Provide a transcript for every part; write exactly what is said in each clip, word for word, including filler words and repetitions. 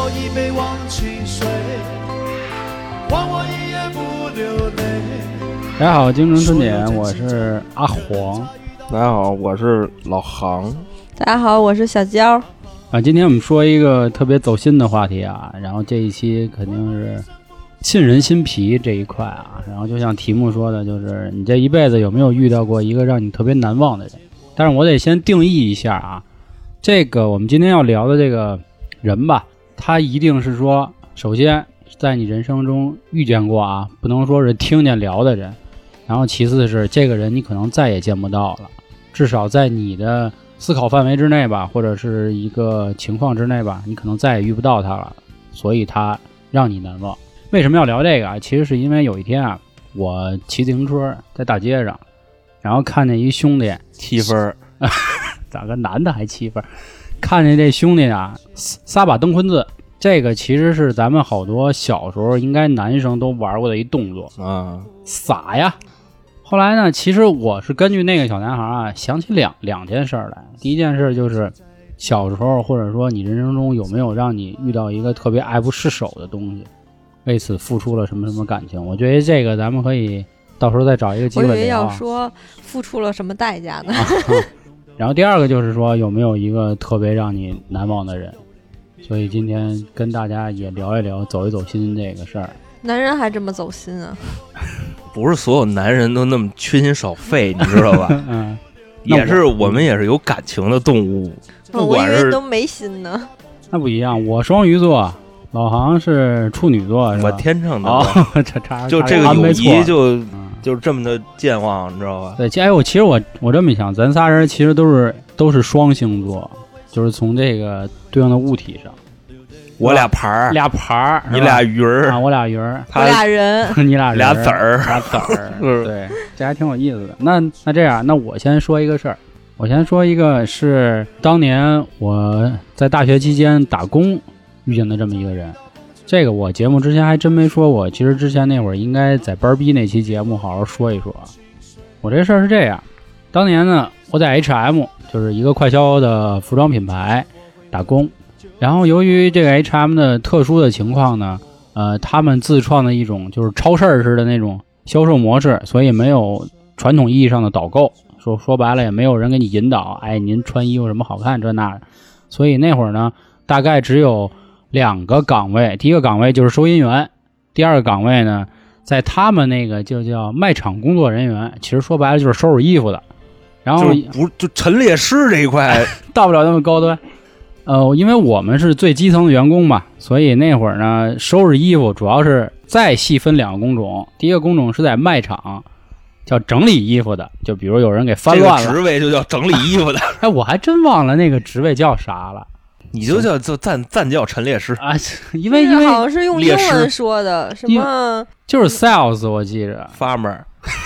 我一杯忘情水，换我一夜不流泪。 大家好，京城春点，我是阿黄。 大家好，我是老杭。 大家好，我是小娇。 啊，今天我们说一个特别走心的话题啊，然后这一期肯定是沁人心脾这一块啊，然后就像题目说的，就是你这一辈子有没有遇到过一个让你特别难忘的人？但是我得先定义一下啊，这个我们今天要聊的这个人吧，他一定是说，首先在你人生中遇见过啊，不能说是听见聊的人，然后其次是这个人你可能再也见不到了，至少在你的思考范围之内吧，或者是一个情况之内吧，你可能再也遇不到他了，所以他让你难忘。为什么要聊这个啊？其实是因为有一天啊，我骑自行车在大街上，然后看见一兄弟七分咋个男的还七分？看见这兄弟啊，撒把蹬昆字，这个其实是咱们好多小时候应该男生都玩过的一动作啊， 撒呀。后来呢，其实我是根据那个小男孩啊，想起两两件事来。第一件事就是小时候，或者说你人生中有没有让你遇到一个特别爱不释手的东西，为此付出了什么什么感情？我觉得这个咱们可以到时候再找一个机会聊。 我以为要说付出了什么代价呢？ 啊然后第二个就是说有没有一个特别让你难忘的人，所以今天跟大家也聊一聊走一走心这个事儿。 男人还这么走心啊？ 不是所有男人都那么缺心少肺，你知道吧？ 嗯， 也是我们也是有感情的动物，不管是我以为都没心呢。 那不一样，我双鱼座，老杭是处女座，是吧？ 我天秤的， 哦，这差就这个友谊就。 嗯就是这么的健忘，你知道吧？ 对，哎，我其实我我这么一想，咱仨人其实都是都是双星座，就是从这个对应的物体上， 我俩盘儿， 俩盘儿， 你俩鱼儿啊，我俩鱼儿， 我俩人， 你俩人俩子儿， 俩子儿，对，这还挺有意思的。那那这样，那我先说一个事儿，我先说一个是当年我在大学期间打工遇见的这么一个人。这个我节目之前还真没说过，其实之前那会儿应该在班逼那期节目好好说一说。我这事儿是这样，当年呢我在 H M 就是一个快消的服装品牌打工，然后由于这个 H M 的特殊的情况呢，呃，他们自创的一种就是超市式的那种销售模式，所以没有传统意义上的导购，说说白了也没有人给你引导，哎，您穿衣服什么好看这那的，所以那会儿呢大概只有两个岗位，第一个岗位就是收银员，第二个岗位呢在他们那个就叫卖场工作人员，其实说白了就是收拾衣服的，然后就不就陈列师这一块到不了那么高端。呃，因为我们是最基层的员工嘛，所以那会儿呢收拾衣服主要是再细分两个工种，第一个工种是在卖场叫整理衣服的，就比如有人给翻乱了， 这个职位就叫整理衣服的哎，我还真忘了那个职位叫啥了。 你就叫就暂暂叫陈列师啊，因为因为好像是用英文说的，什么就是 sales， 我记着 farmer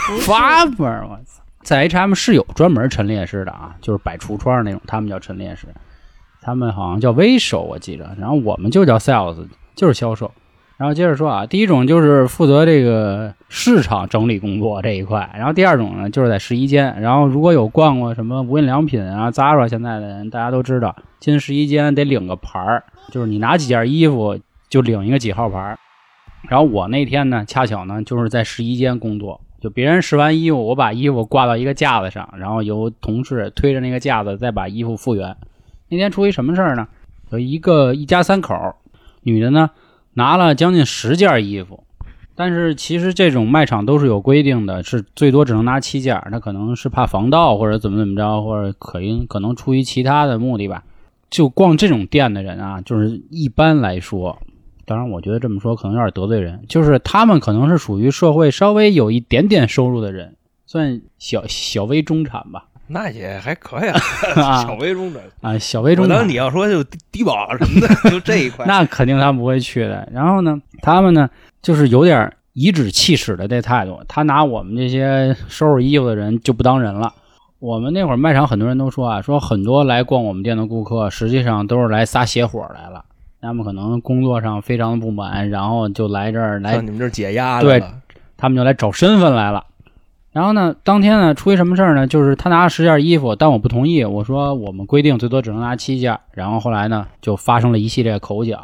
farmer， 我操，在 H M 是有专门陈列师的啊，就是摆橱窗那种，他们叫陈列师，他们好像叫微手，我记着，然后我们就叫 sales， 就是销售。然后接着说啊，第一种就是负责这个市场整理工作这一块，然后第二种呢就是在试衣间，然后如果有逛过什么无印良品啊 Zara 现在的人大家都知道，进试衣间得领个牌儿，就是你拿几件衣服就领一个几号牌儿。然后我那天呢恰巧呢就是在试衣间工作，就别人试完衣服，我把衣服挂到一个架子上，然后由同事推着那个架子再把衣服复原。那天出一什么事儿呢？有一个一家三口，女的呢拿了将近十件衣服，但是其实这种卖场都是有规定的，是最多只能拿七件，他可能是怕防盗或者怎么怎么着，或者可能可能出于其他的目的吧。就逛这种店的人啊，就是一般来说，当然我觉得这么说可能有点得罪人，就是他们可能是属于社会稍微有一点点收入的人，算小小微中产吧。 那也还可以啊，小微中产啊，小微中产。 我当你要说就低保什么的，就这一块， 那肯定他不会去的。然后呢，他们呢就是有点颐指气使的这态度，他拿我们这些收拾衣服的人就不当人了。我们那会儿卖场很多人都说啊，说很多来逛我们店的顾客，实际上都是来撒邪火来了。他们可能工作上非常不满，然后就来这儿来上你们这儿解压来了， 对， 他们就来找身份来了。然后呢，当天呢出一什么事儿呢？就是他拿了十件衣服，但我不同意，我说我们规定最多只能拿七件。然后后来呢，就发生了一系列口角。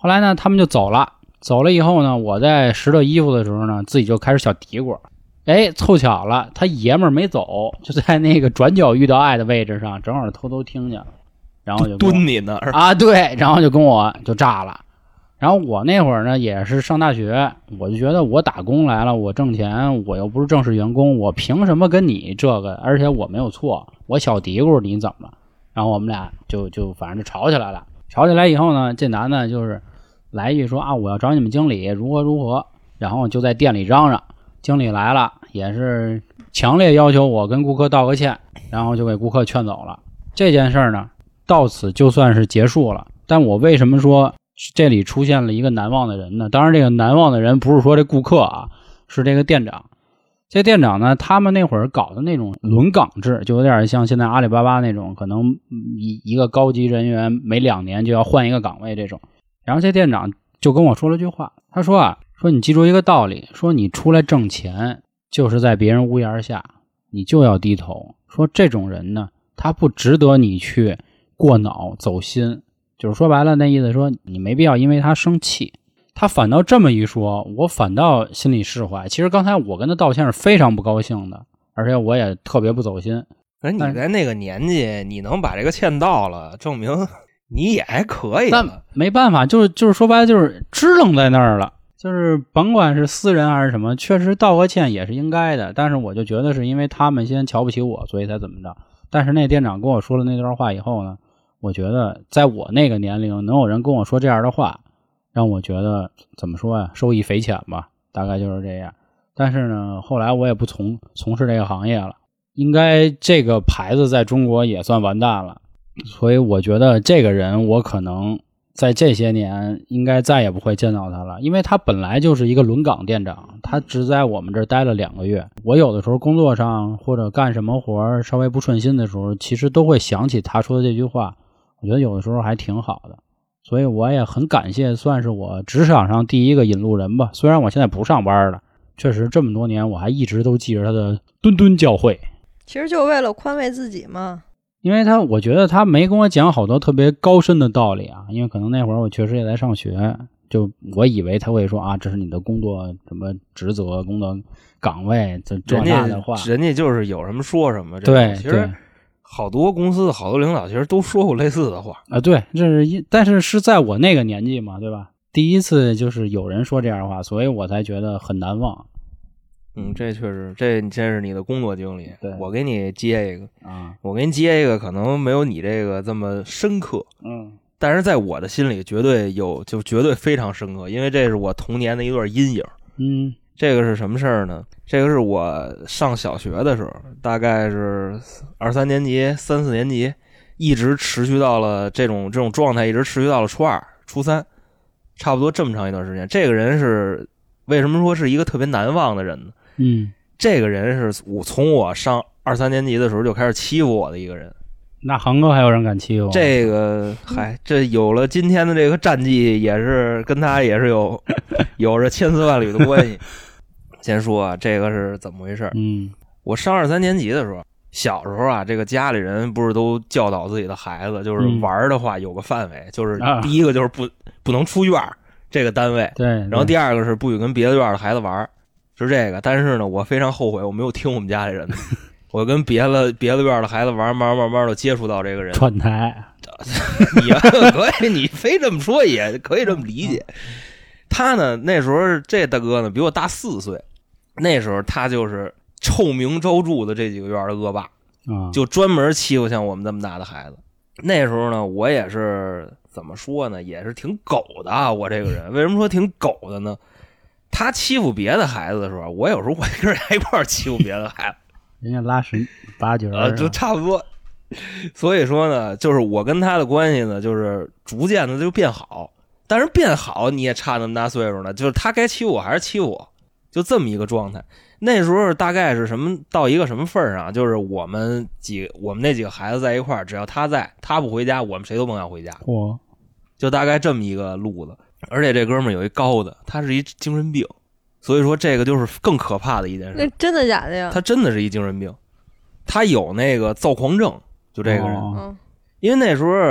后来呢，他们就走了，走了以后呢，我在拾掇衣服的时候呢，自己就开始小嘀咕，哎，凑巧了，他爷们儿没走，就在那个转角遇到爱的位置上，正好偷偷听见了，然后就蹲你那儿啊，对，然后就跟我就炸了。然后我那会儿呢也是上大学，我就觉得我打工来了，我挣钱，我又不是正式员工，我凭什么跟你这个？而且我没有错，我小嘀咕你怎么了？然后我们俩就就反正就吵起来了。吵起来以后呢，这男的就是来一句说啊，我要找你们经理如何如何，然后就在店里嚷嚷。经理来了，也是强烈要求我跟顾客道个歉，然后就给顾客劝走了。这件事儿呢，到此就算是结束了。但我为什么说这里出现了一个难忘的人呢？当然这个难忘的人不是说这顾客啊，是这个店长。这店长呢，他们那会儿搞的那种轮岗制，就有点像现在阿里巴巴那种，可能一一个高级人员每两年就要换一个岗位这种。然后这店长就跟我说了句话，他说啊，说你记住一个道理，说你出来挣钱就是在别人屋檐下，你就要低头。说这种人呢，他不值得你去过脑走心，就是说白了那意思说你没必要因为他生气。他反倒这么一说，我反倒心里释怀。其实刚才我跟他道歉是非常不高兴的，而且我也特别不走心。 可是你在那个年纪，你能把这个歉道了，证明你也还可以。 但没办法，就是就是说白了就是支棱在那儿了。就是甭管是私人还是什么，确实道个歉也是应该的。但是我就觉得是因为他们先瞧不起我，所以才怎么着。但是那店长跟我说了那段话以后呢，我觉得在我那个年龄能有人跟我说这样的话，让我觉得怎么说呀，受益匪浅吧，大概就是这样。但是呢，后来我也不从从事这个行业了，应该这个牌子在中国也算完蛋了。所以我觉得这个人我可能在这些年应该再也不会见到他了，因为他本来就是一个轮岗店长，他只在我们这儿待了两个月。我有的时候工作上或者干什么活稍微不顺心的时候，其实都会想起他说的这句话，我觉得有的时候还挺好的。所以我也很感谢，算是我职场上第一个引路人吧。虽然我现在不上班了，确实这么多年我还一直都记着他的敦敦教诲。 其实就为了宽慰自己嘛。 因为他我觉得他没跟我讲好多特别高深的道理啊，因为可能那会儿我确实也在上学，就我以为他会说啊，这是你的工作什么职责、工作岗位这这那的话， 人家就是有什么说什么。 对， 其实好多公司好多领导其实都说过类似的话啊。对，这是一，但是是在我那个年纪嘛，对吧？第一次就是有人说这样的话，所以我才觉得很难忘。 嗯，这确实，这这是你的工作经历。 对， 我给你接一个啊， 我给你接一个，可能没有你这个这么深刻， 嗯， 但是在我的心里绝对有，就绝对非常深刻，因为这是我童年的一段阴影。 嗯， 这个是什么事儿呢？这个是我上小学的时候，大概是二三年级、三四年级，一直持续到了这种这种状态，一直持续到了初二、初三，差不多这么长一段时间。这个人是为什么说是一个特别难忘的人呢？ 嗯， 这个人是我从我上二三年级的时候就开始欺负我的一个人。 那恒哥还有人敢欺负我？ 这个嗨，这有了今天的这个战绩，也是跟他也是有有着千丝万缕的关系。先说啊，这个是怎么回事？ 嗯， 我上二三年级的时候，小时候啊，这个家里人不是都教导自己的孩子，就是玩的话有个范围，嗯、就是第一个就是不、啊、不能出院这个单位， 对， 然后第二个是不许跟别的院的孩子玩。是这个，但是呢，我非常后悔我没有听我们家里人的，我跟别的别的院的孩子玩，慢慢慢慢的接触到这个人。 串台， 你可以，你非这么说也可以这么理解。他呢，那时候这大哥呢比我大四岁，那时候他就是臭名昭著的这几个院的恶霸， 嗯、 就专门欺负像我们这么大的孩子。那时候呢，我也是怎么说呢，也是挺狗的啊。我这个人为什么说挺狗的呢？他欺负别的孩子的时候，我有时候我跟人一块儿欺负别的孩子， 人家拉十八九啊，就差不多。所以说呢，就是我跟他的关系呢，就是逐渐的就变好。但是变好你也差那么大岁数呢，就是他该欺负我还是欺负我，就这么一个状态。那时候大概是什么到一个什么份上，就是我们几我们那几个孩子在一块儿，只要他在，他不回家，我们谁都甭想回家。 嚯， 就大概这么一个路子。而且这哥们儿有一高的，他是一精神病，所以说这个就是更可怕的一件事。 那真的假的呀？ 他真的是一精神病，他有那个躁狂症，就这个人。 哦、 因为那时候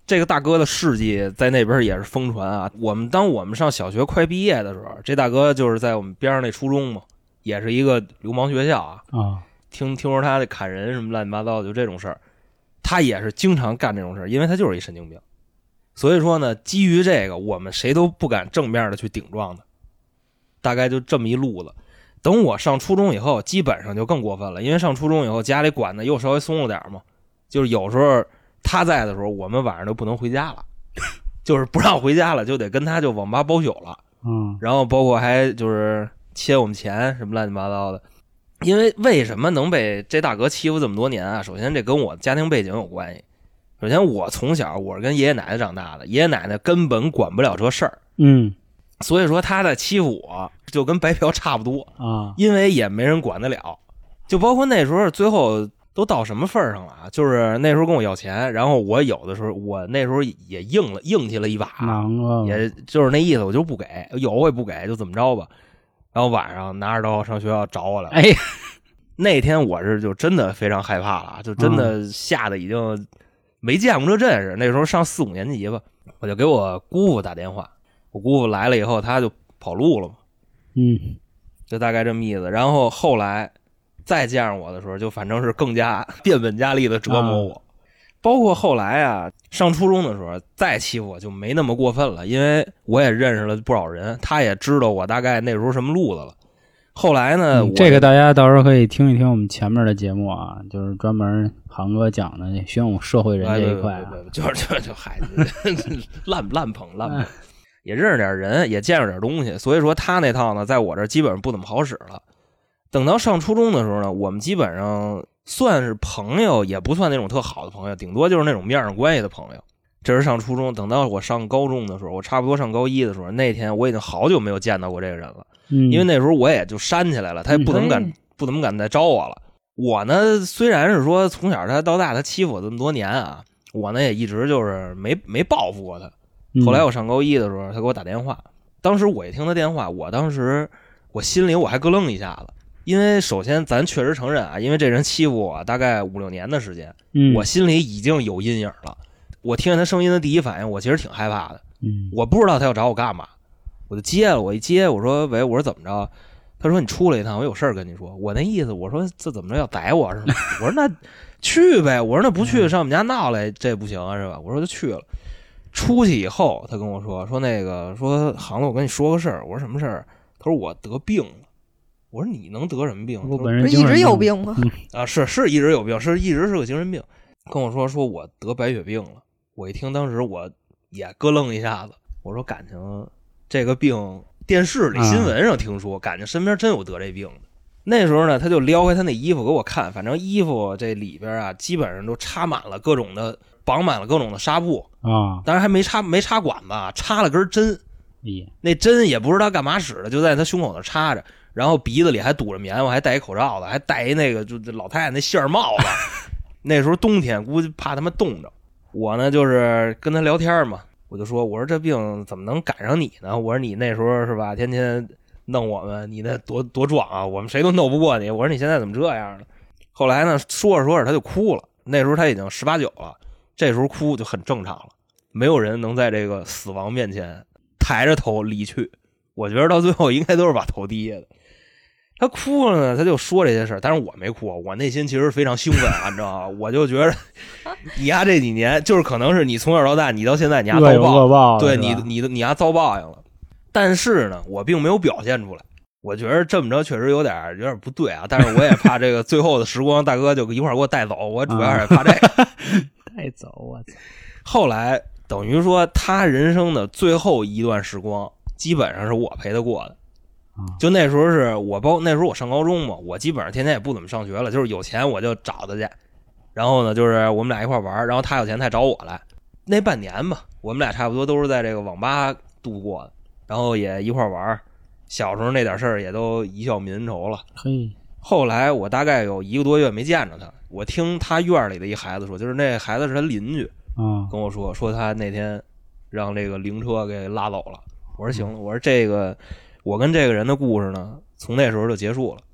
这个大哥的事迹在那边也是疯传啊。我们当我们上小学快毕业的时候，这大哥就是在我们边上那初中嘛，也是一个流氓学校啊。 啊， 听听说他砍人什么乱七八糟的，就这种事儿，他也是经常干这种事儿，因为他就是一神经病。所以说呢，基于这个，我们谁都不敢正面的去顶撞他。大概就这么一路子。等我上初中以后，基本上就更过分了，因为上初中以后家里管的又稍微松了点嘛，就是有时候他在的时候，我们晚上就不能回家了，就是不让回家了，就得跟他就网吧包宿了。 嗯， 然后包括还就是切我们钱什么乱七八糟的。因为为什么能被这大哥欺负这么多年啊？首先这跟我家庭背景有关系。首先我从小我是跟爷爷奶奶长大的，爷爷奶奶根本管不了这事儿， 嗯， 所以说他在欺负我就跟白嫖差不多啊， 因为也没人管得了。就包括那时候最后都到什么份儿上了啊？就是那时候跟我要钱，然后我有的时候我那时候也硬了硬气了一把，也就是那意思，我就不给，有我也不给，就怎么着吧。然后晚上拿着刀上学校找我来了。 哎， 那天我是就真的非常害怕了，就真的吓得已经没见过这阵势。那时候上四五年级吧，我就给我姑父打电话，我姑父来了以后，他就跑路了嘛。 嗯， 就大概这么意思。然后后来再见上我的时候，就反正是更加变本加厉的折磨我。啊、包括后来啊，上初中的时候再欺负我就没那么过分了，因为我也认识了不少人，他也知道我大概那时候什么路子了。后来呢、 嗯、这个大家到时候可以听一听我们前面的节目啊，就是专门航哥讲的宣武社会人这一块、啊哎、 就是就就嗨烂烂捧烂捧。也认识点人，也见着点东西，所以说他那套呢，在我这基本上不怎么好使了。等到上初中的时候呢，我们基本上算是朋友，也不算那种特好的朋友，顶多就是那种面上关系的朋友。这是上初中。等到我上高中的时候，我差不多上高一的时候，那天我已经好久没有见到过这个人了， 嗯、 因为那时候我也就删起来了，他也不怎么敢、嗯、不怎么敢再招我了。我呢，虽然是说从小他到大他欺负我这么多年啊，我呢也一直就是没没报复过他。后来我上高一的时候，他给我打电话，当时我一听他电话，我当时我心里我还咯楞一下子，因为首先咱确实承认啊，因为这人欺负我大概五六年的时间， 嗯， 我心里已经有阴影了。我听见他声音的第一反应，我其实挺害怕的， 嗯， 我不知道他要找我干嘛，我就接了，我一接，我说喂，我说怎么着？他说你出来一趟，我有事儿跟你说。我那意思，我说这怎么着要逮我是吗？我说那去呗，我说那不去上我们家闹来，这不行啊是吧？我说就去了。出去以后，他跟我说说那个说行子，我跟你说个事儿。我说什么事儿？他说我得病了。我说你能得什么病？ 我本人不是一直有病吗？ 嗯、啊，是是一直有病，是一直是个精神病。跟我说说我得白血病了。我一听，当时我也咯楞一下子。我说感情这个病，电视里新闻上听说，啊、感觉身边真有得这病的。那时候呢，他就撩开他那衣服给我看，反正衣服这里边啊，基本上都插满了各种的。绑满了各种的纱布啊， 当然还没插没插管吧，插了根针， 欸、 那针也不知道干嘛使的，就在他胸口那插着，然后鼻子里还堵着棉花，还戴一口罩子，还戴一那个就老太太那线帽子。那时候冬天估计怕他们冻着，我呢就是跟他聊天嘛，我就说我说这病怎么能赶上你呢？我说你那时候是吧，天天弄我们，你那多多壮啊，我们谁都弄不过你。我说你现在怎么这样呢？后来呢，说着说着他就哭了，那时候他已经十八九了。这时候哭就很正常了，没有人能在这个死亡面前抬着头离去。我觉得到最后应该都是把头低下的。他哭了呢，他就说这些事儿，但是我没哭，我内心其实非常兴奋啊，你知道吗？我就觉得你丫这几年就是可能是你从小到大，你到现在你丫遭报， 报对你你你丫遭报应了。但是呢，我并没有表现出来。我觉得这么着确实有点有点不对啊，但是我也怕这个最后的时光，大哥就一块儿给我带走，我主要是怕这个。 带走我操！ 后来等于说他人生的最后一段时光，基本上是我陪他过的。就那时候是我包那时候我上高中嘛，我基本上天天也不怎么上学了，就是有钱我就找他去，然后呢就是我们俩一块玩，然后他有钱他找我来。那半年吧，我们俩差不多都是在这个网吧度过的，然后也一块玩。小时候那点事儿也都一笑泯恩仇了。 嘿， 后来我大概有一个多月没见着他，我听他院里的一孩子说，就是那孩子是他邻居， 嗯， 跟我说说他那天让这个灵车给拉走了。我说行了，我说这个我跟这个人的故事呢，从那时候就结束了。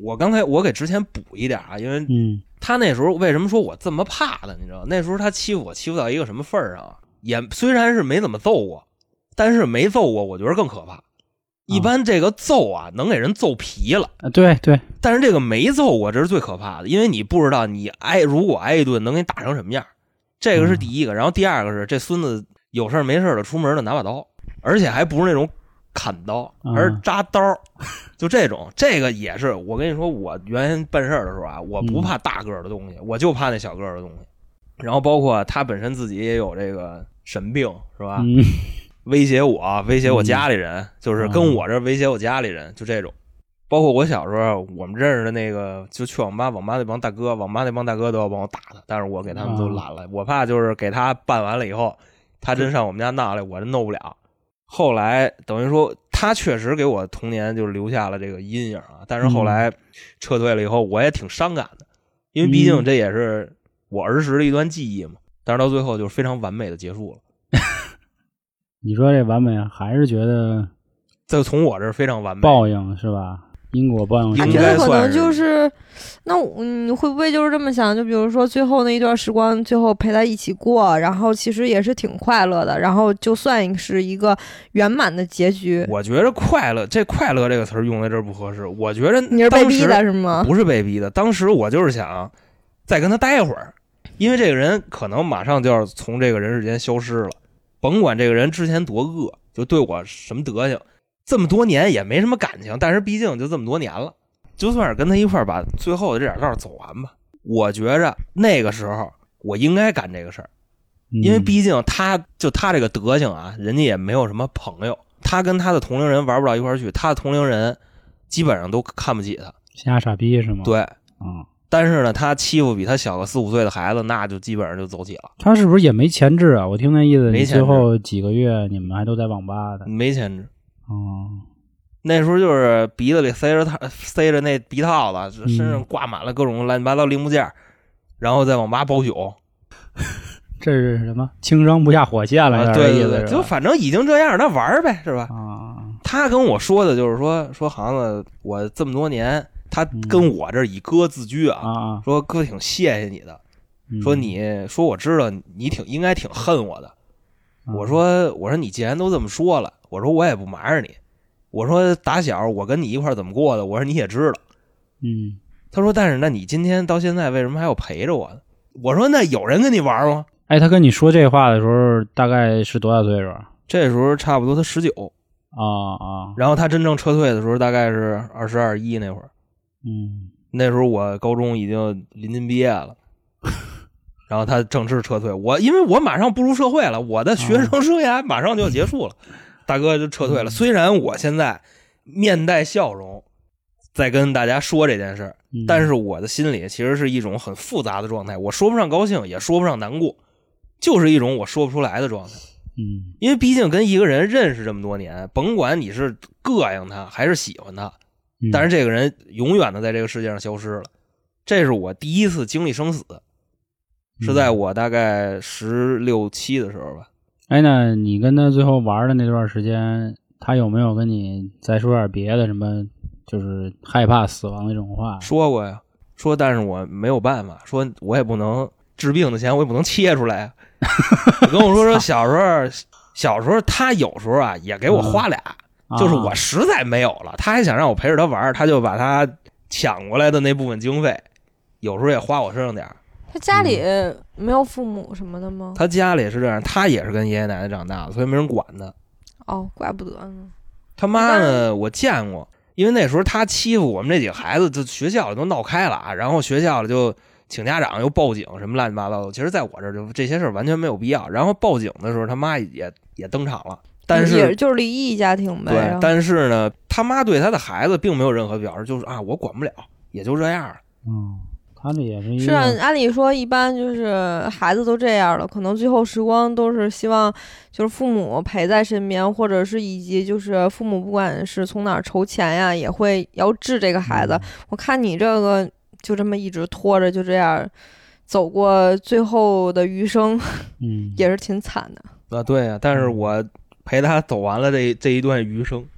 我刚才我给之前补一点啊，因为嗯他那时候为什么说我这么怕他，你知道？那时候他欺负我欺负到一个什么份儿上啊？也虽然是没怎么揍过，但是没揍过，我觉得更可怕。一般这个揍啊，能给人揍皮了， 啊，对对， 但是这个没揍过，这是最可怕的，因为你不知道你挨如果挨一顿能给你打成什么样，这个是第一个。然后第二个是这孙子有事没事的出门的拿把刀，而且还不是那种砍刀，而是扎刀，就这种。这个也是我跟你说，我原先办事儿的时候啊，我不怕大个儿的东西，我就怕那小个儿的东西。然后包括他本身自己也有这个神病，是吧？ 嗯威胁我，威胁我家里人，就是跟我这威胁我家里人，就这种。包括我小时候，我们认识的那个，就去网吧，网吧那帮大哥，网吧那帮大哥都要帮我打他，但是我给他们都拦了。我怕就是给他办完了以后，他真上我们家闹来，我这弄不了。后来等于说，他确实给我童年就留下了这个阴影啊。但是后来撤退了以后，我也挺伤感的，因为毕竟这也是我儿时的一段记忆嘛。但是到最后就是非常完美的结束了。 你说这完美，还是觉得这从我这儿非常完美， 报应是吧？因果报应， 他觉得可能就是，那你会不会就是这么想？就比如说最后那一段时光，最后陪他一起过，然后其实也是挺快乐的，然后就算是一个圆满的结局。 我觉得快乐，这快乐这个词儿用在这儿不合适。我觉得你是被逼的是吗？ 不是被逼的，当时我就是想再跟他待会儿，因为这个人可能马上就要从这个人世间消失了。甭管这个人之前多恶，就对我什么德行，这么多年也没什么感情，但是毕竟就这么多年了，就算是跟他一块儿把最后的这点道走完吧。我觉着那个时候我应该干这个事儿，因为毕竟他就他这个德行啊，人家也没有什么朋友，他跟他的同龄人玩不到一块儿去，他的同龄人基本上都看不起他， 瞎傻逼是吗？ 对， 嗯。 但是呢，他欺负比他小个四五岁的孩子，那就基本上就走起了。 他是不是也没前置啊？我听那意思， 没前置， 最后几个月你们还都在网吧的。 没前置。 哦， 那时候就是鼻子里塞着套，塞着那鼻套子，身上挂满了各种乱七八糟零部件，嗯、然后在网吧包宿。 这是什么？轻伤不下火线了？ 啊、对对对，就反正已经这样，那玩呗，是吧？ 啊， 他跟我说的就是说说行子，我这么多年。他跟我这儿以哥自居啊， 嗯、 说哥挺谢谢你的， 嗯、 说你说我知道你挺应该挺恨我的， 嗯、 我说我说你既然都这么说了，我说我也不瞒着你，我说打小我跟你一块怎么过的，我说你也知道， 嗯， 他说但是那你今天到现在为什么还要陪着我呢？我说那有人跟你玩吗？ 哎，他跟你说这话的时候大概是多大岁数？ 这时候差不多他十九啊啊， 然后他真正撤退的时候大概是二十二一那会儿。 嗯， 那时候我高中已经临近毕业了，然后他正式撤退。我因为我马上步入社会了，我的学生生涯马上就要结束了，嗯、大哥就撤退了。虽然我现在面带笑容在跟大家说这件事儿， 嗯、 但是我的心里其实是一种很复杂的状态。我说不上高兴，也说不上难过，就是一种我说不出来的状态。 嗯， 因为毕竟跟一个人认识这么多年，甭管你是膈应他还是喜欢他。但是这个人永远的在这个世界上消失了，这是我第一次经历生死，是在我大概十六七的时候吧。 哎，那你跟他最后玩的那段时间，他有没有跟你再说点别的什么，就是害怕死亡的这种话？ 说过呀，说但是我没有办法，说我也不能治病的钱我也不能切出来。跟我说说小时候，小时候他有时候啊也给我花俩。嗯就是我实在没有了，他还想让我陪着他玩，他就把他抢过来的那部分经费，有时候也花我身上点儿。 他家里没有父母什么的吗？ 他家里是这样，他也是跟爷爷奶奶长大的，所以没人管他。 哦，怪不得呢。 他妈呢，我见过，因为那时候他欺负我们这几个孩子，就学校里都闹开了啊，然后学校里就请家长又报警什么乱七八糟的。其实在我这儿就这些事儿完全没有必要。然后报警的时候，他妈也也登场了。但是也就是离异家庭呗。 对，但是呢，他妈对他的孩子并没有任何表示，就是啊，我管不了，也就这样了。 嗯，他这也是一个是啊，按理说一般就是孩子都这样了，可能最后时光都是希望就是父母陪在身边，或者是以及就是父母不管是从哪儿筹钱呀，也会要治这个孩子。嗯、我看你这个就这么一直拖着，就这样走过最后的余生， 嗯， 也是挺惨的。 啊，对啊，但是我陪他走完了这这一段余生，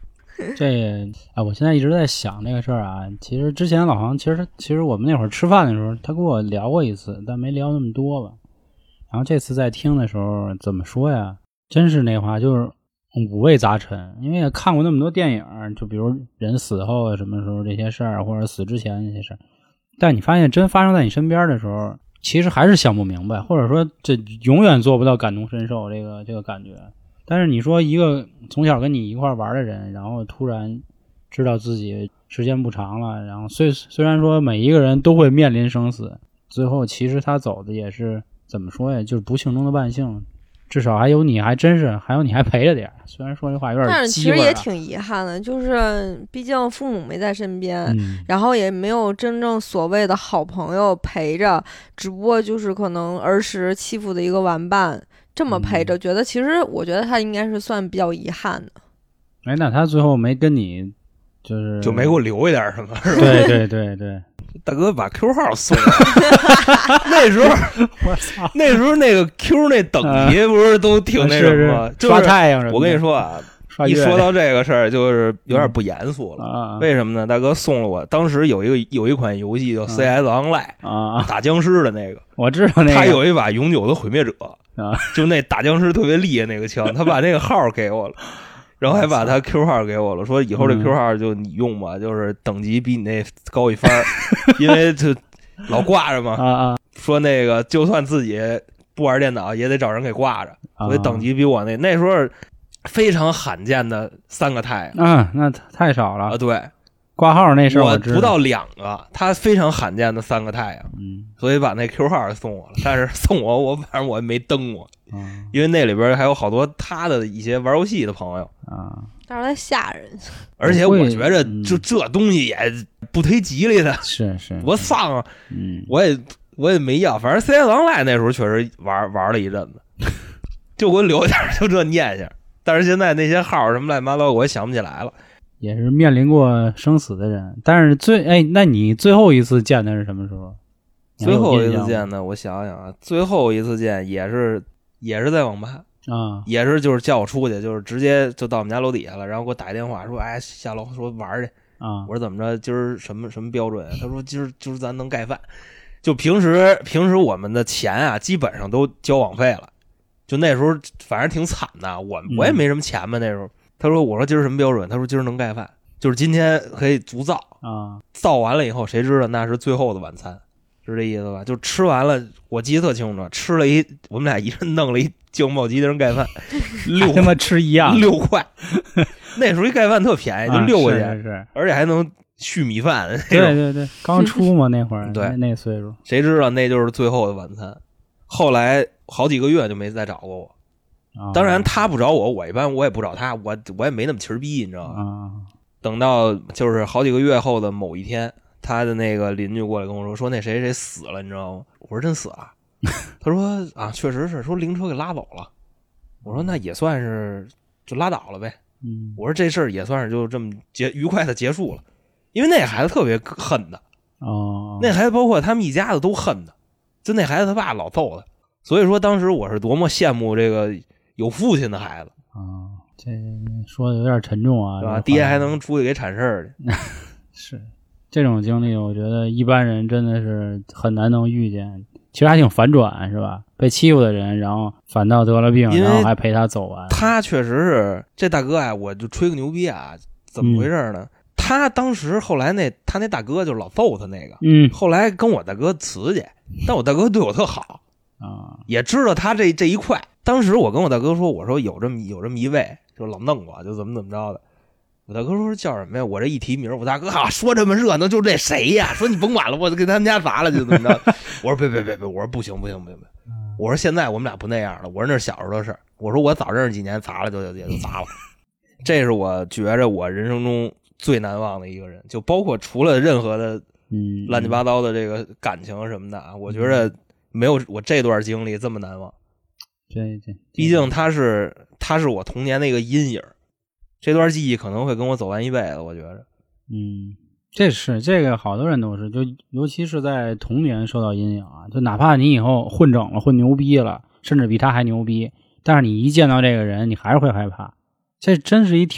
这啊，我现在一直在想这个事儿啊。其实之前老航，其实其实我们那会儿吃饭的时候，他跟我聊过一次，但没聊那么多吧。然后这次在听的时候，怎么说呀？真是那话，就是五味杂陈。因为也看过那么多电影，就比如人死后啊什么时候这些事儿，或者死之前这些事儿，但你发现真发生在你身边的时候，其实还是想不明白，或者说这永远做不到感同身受这个这个感觉。但是你说一个从小跟你一块玩的人，然后突然知道自己时间不长了，然后虽虽然说每一个人都会面临生死，最后其实他走的也是怎么说呀，就是不幸中的万幸，至少还有你还真是还有你还陪着点。虽然说这话有点但是其鸡味儿啊， 实也挺遗憾的，就是毕竟父母没在身边， 嗯， 然后也没有真正所谓的好朋友陪着，只不过就是可能儿时欺负的一个玩伴这么陪着， 嗯、 觉得其实我觉得他应该是算比较遗憾的。 哎，那他最后没跟你就是就没给我留一点什么，是吧？ 对对对对， 大哥把 Q 号送了，那时候我操， 那时候那个 Q 那等级不是都挺那什么吗？ 是是刷太阳什么的。 我跟你说啊，一说到这个事儿，就是有点不严肃了。 嗯、 为什么呢？大哥送了我，当时有一个有一款游戏叫 C S Online 啊， 打僵尸的那个， 我知道那个。 他有一把永久的毁灭者啊， 就那打僵尸特别厉害那个枪，他把那个号给我了。然后还把他 Q 号给我了，说以后这 Q 号就你用吧，嗯、就是等级比你那高一番，因为就老挂着嘛。 啊啊！ 说那个就算自己不玩电脑，也得找人给挂着， 啊、 所以等级比我那那时候非常罕见的三个太阳。 嗯，那太少了啊！对， 挂号那事儿我知道不到两个，他非常罕见的三个太阳。 嗯， 所以把那 Q 号送我了，但是送我我反正我也没登过。 嗯、 因为那里边还有好多他的一些玩游戏的朋友啊， 但是他吓人， 而且我觉着就这东西也不忒吉利的， 是是多丧啊！ 嗯， 我也我也没要，反正 C S Online 那时候确实玩玩了一阵子，就给我留点就这念想。但是现在那些号什么乱七八糟，我也想不起来了。 也是面临过生死的人，但是最哎，那你最后一次见他是什么时候？ 最后一次见呢，我想想啊，最后一次见也是。也是在网吧啊， 也是就是叫我出去，就是直接就到我们家楼底下了，然后给我打一电话说，哎，下楼说玩去啊。 我说怎么着，今儿什么什么标准？他说今儿就是咱能盖饭。就平时平时我们的钱啊，基本上都交网费了。就那时候反正挺惨的，我我也没什么钱嘛那时候。他说我说今儿什么标准？他说今儿能盖饭，就是今天可以足造啊。 造完了以后，谁知道那是最后的晚餐。是这意思吧？就吃完了，我记得特清楚，吃了一，我们俩一人弄了一酱爆鸡丁盖饭，六他妈吃一样， 六块。那时候一盖饭特便宜，就六块钱， 啊、是, 是而且还能续米饭。 对对对，刚出嘛那会儿， 对那, 那岁数， 谁知道那就是最后的晚餐。后来好几个月就没再找过我。 啊、 当然他不找我，我一般我也不找他，我我也没那么气儿逼，你知道吗？ 啊、 等到就是好几个月后的某一天。他的那个邻居过来跟我说，说那谁谁死了，你知道吗？我说真死了。他说啊，确实是，说灵车给拉走了。我说那也算是就拉倒了呗。 嗯， 我说这事儿也算是就这么结愉快的结束了，因为那孩子特别恨的。 哦， 那孩子包括他们一家子都恨的，就那孩子他爸老揍他。所以说当时我是多么羡慕这个有父亲的孩子啊、哦！这说的有点沉重啊， 是吧？爹还能出去给铲事儿去， 是。这种经历，我觉得一般人真的是很难能遇见。其实还挺反转，是吧？被欺负的人，然后反倒得了病，然后还陪他走完。 他确实是这大哥啊，我就吹个牛逼啊，怎么回事呢？嗯、他当时后来那他那大哥就老揍他那个， 嗯， 后来跟我大哥辞去，但我大哥对我特好啊， 也知道他这这一块。当时我跟我大哥说，我说有这么有这么一位，就老弄我，就怎么怎么着的。我大哥说叫什么呀？我这一提名，我大哥啊说这么热闹，就这谁呀？说你甭管了，我就给他们家砸了，就怎么着？我说别别别别，我说不行不行不行不行，我说现在我们俩不那样了，我说那是小时候的事儿，我说我早认识几年，砸了就也就砸了。这是我觉着我人生中最难忘的一个人，就包括除了任何的嗯乱七八糟的这个感情什么的啊，我觉着没有我这段经历这么难忘。 对对， 毕竟他是他是我童年的一个阴影。这段记忆可能会跟我走完一辈子，我觉着。 嗯，这是这个好多人都是，就尤其是在童年受到阴影啊，就哪怕你以后混整了、混牛逼了，甚至比他还牛逼，但是你一见到这个人，你还是会害怕。这真是一挺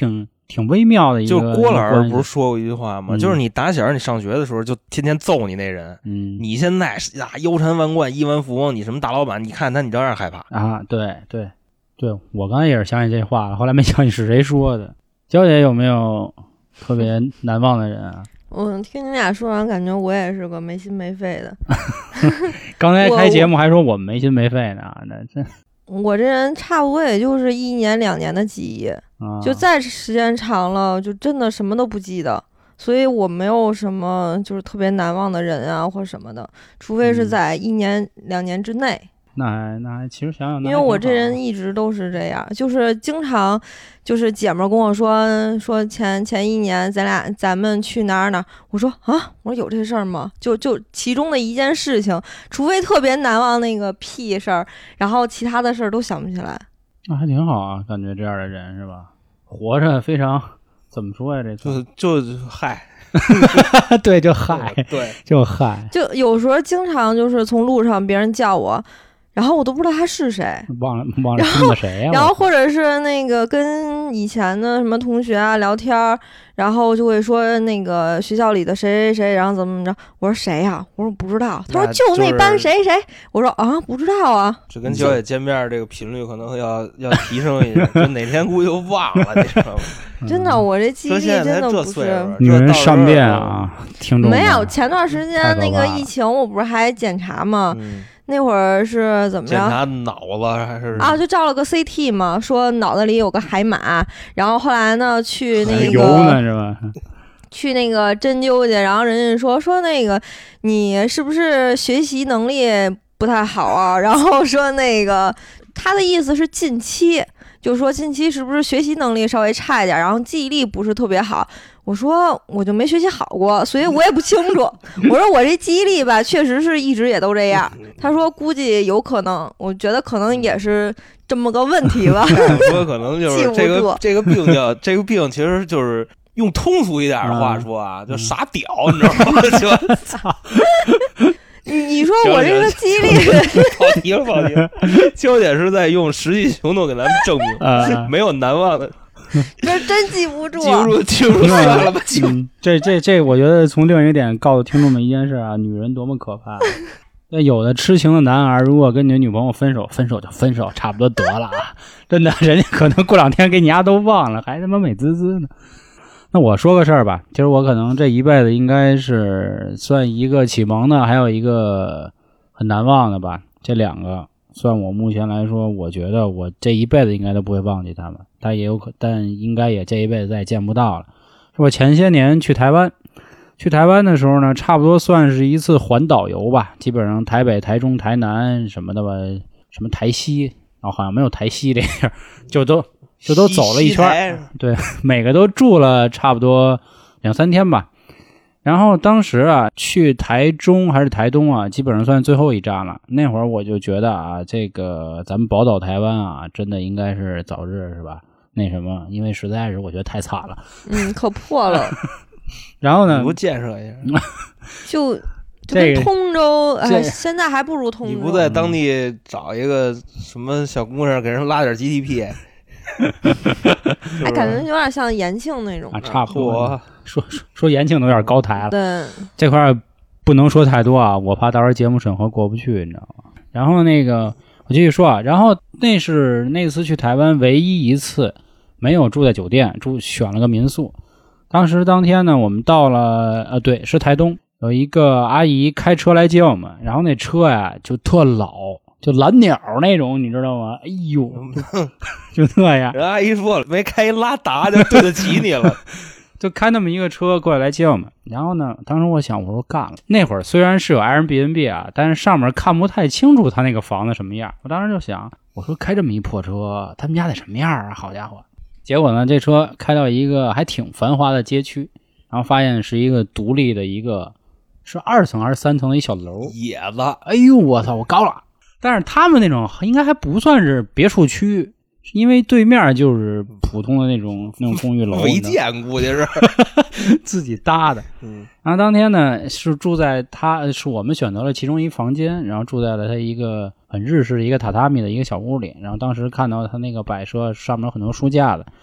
挺微妙的一个。 就是郭老师不是说过一句话吗？ 嗯、 就是你打小你上学的时候就天天揍你那人， 嗯， 你现在啊腰缠万贯亿万富翁，你什么大老板，你看他你照样害怕啊。对对对，我刚才也是相信这话了，后来没想起是谁说的。娇姐有没有特别难忘的人啊？ 我听你俩说完，感觉我也是个没心没肺的。 刚才开节目还说我们没心没肺呢，那这我这人差不多也就是一年两年的记忆， 啊、 就再时间长了，就真的什么都不记得。所以我没有什么就是特别难忘的人啊或什么的，除非是在一年、嗯、两年之内。 那还那还其实想想， 因为我这人一直都是这样，就是经常就是姐们儿跟我说说前前一年咱俩咱们去哪儿哪儿，我说啊，我说有这事儿吗？就就其中的一件事情，除非特别难忘那个屁事儿，然后其他的事儿都想不起来。 那还挺好啊，感觉这样的人是吧？活着非常怎么说呀？这就就嗨。 对，就嗨， 对， 就嗨， 就有时候经常就是从路上别人叫我。然后我都不知道他是谁， 忘了忘了听了谁呀、啊？ 然后或者是那个跟以前的什么同学啊聊天，然后就会说那个学校里的谁谁谁，然后怎么怎么着。我说谁呀、啊？我说不知道。他说就那班谁谁。我说啊，不知道啊。 这跟娇姐见面这个频率可能要要提升一下，就哪天估计就忘了，你知道吗？ 真的，我这记忆力真的不是。 女人善变啊，听众没有。前段时间那个疫情，我不是还检查吗？ 嗯那会儿是怎么着？ 检查脑子还是啊？就照了个 C T 嘛，说脑子里有个海马，然后后来呢去那个油呢是吧？ 去那个针灸去，然后人家说说那个你是不是学习能力不太好啊？然后说那个他的意思是近期，就说近期是不是学习能力稍微差一点，然后记忆力不是特别好。我说我就没学习好过，所以我也不清楚。我说我这记忆力吧，确实是一直也都这样。他说估计有可能，我觉得可能也是这么个问题吧。 说可能就是这个这个病叫这个病，其实就是用通俗一点的话说啊， 嗯、 就傻屌，你知道吗？就操！ 你你说我这个记忆力跑题了，跑题了。焦点是在用实际行动给咱们证明， 啊、 没有难忘的。 这真记不住， 记不住，记不住，算了吧。 嗯，这这这，我觉得从另一个点告诉听众们一件事啊，女人多么可怕。那有的痴情的男孩，如果跟你的女朋友分手，分手就分手，差不多得了啊！真的，人家可能过两天给你丫都忘了，还他妈美滋滋呢。那我说个事儿吧，其实我可能这一辈子应该是算一个启蒙的，还有一个很难忘的吧。这两个算我目前来说，我觉得我这一辈子应该都不会忘记他们。但也有可，但应该也这一辈子再也见不到了。是我前些年去台湾，去台湾的时候呢，差不多算是一次环岛游吧，基本上台北、台中、台南什么的吧，什么台西，然后好像没有台西这样，就都就都走了一圈，对，每个都住了差不多两三天吧。然后当时啊，去台中还是台东啊，基本上算最后一站了。那会儿我就觉得啊，这个咱们宝岛台湾啊，真的应该是早日是吧？那什么，因为实在是我觉得太惨了， 嗯，可破了。 然后呢， 你不建设一下， 就就跟通州，哎，现在还不如通州。 你不在当地找一个什么小姑娘，给人拉点 G D P， 哎，感觉有点像延庆那种啊，差不多。说说说延庆都有点高抬了， 对， 这块不能说太多啊，我怕到时候节目审核过不去，你知道吗？然后那个我继续说啊，然后那是那次去台湾唯一一次。没有住在酒店，住选了个民宿。当时当天呢，我们到了，呃，对，是台东，有一个阿姨开车来接我们，然后那车呀就特老，就蓝鸟那种，你知道吗？哎呦，就那样。 人阿姨说了，没开拉达就对得起你了， 就开那么一个车过来来接我们。然后呢，当时我想，我说干了。那会儿虽然是有 Airbnb 啊，但是上面看不太清楚他那个房子什么样。我当时就想，我说开这么一破车，他们家得什么样啊？好家伙！结果呢，这车开到一个还挺繁华的街区，然后发现是一个独立的一个是二层还是三层的一小楼， 野子。 哎呦，我操，我高了！但是他们那种应该还不算是别墅区，因为对面就是普通的那种那种公寓楼， 违建估计是自己搭的。 嗯， 然后当天呢是住在他是我们选择了其中一房间，然后住在了他一个很日式的一个榻榻米的一个小屋里。然后当时看到他那个摆设上面有很多书架的，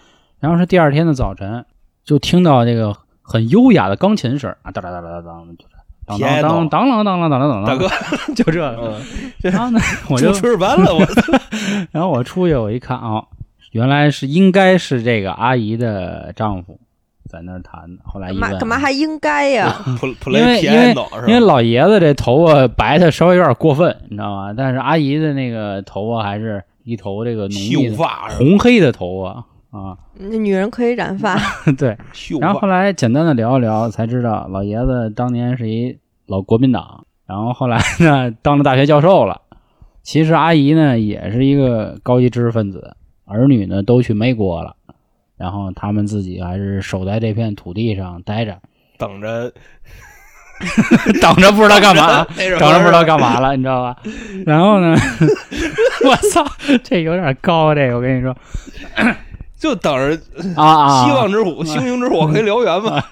然后是第二天的早晨，就听到这个很优雅的钢琴声啊，当当当当当，当当当当当当当当当， 大哥就这个。然后呢，我就出值班了，我然后我出去我一看啊、哦，原来是应该是这个阿姨的丈夫在那儿弹的。后来一问， 干嘛干嘛还应该呀？ 因为因为因为老爷子这头发白的稍微有点过分，你知道吗？但是阿姨的那个头发还是一头这个浓密的红黑的头发。啊， 那女人可以染发， 对。然后后来简单的聊一聊，才知道老爷子当年是一老国民党，然后后来呢当了大学教授了。其实阿姨呢也是一个高级知识分子，儿女呢都去美国了，然后他们自己还是守在这片土地上待着， 等着， 等着不知道干嘛，等着不知道干嘛了，你知道吧？然后呢，我操，这有点高，这个我跟你说。 就等着啊啊！ 希望之虎、星星之火可以燎原嘛。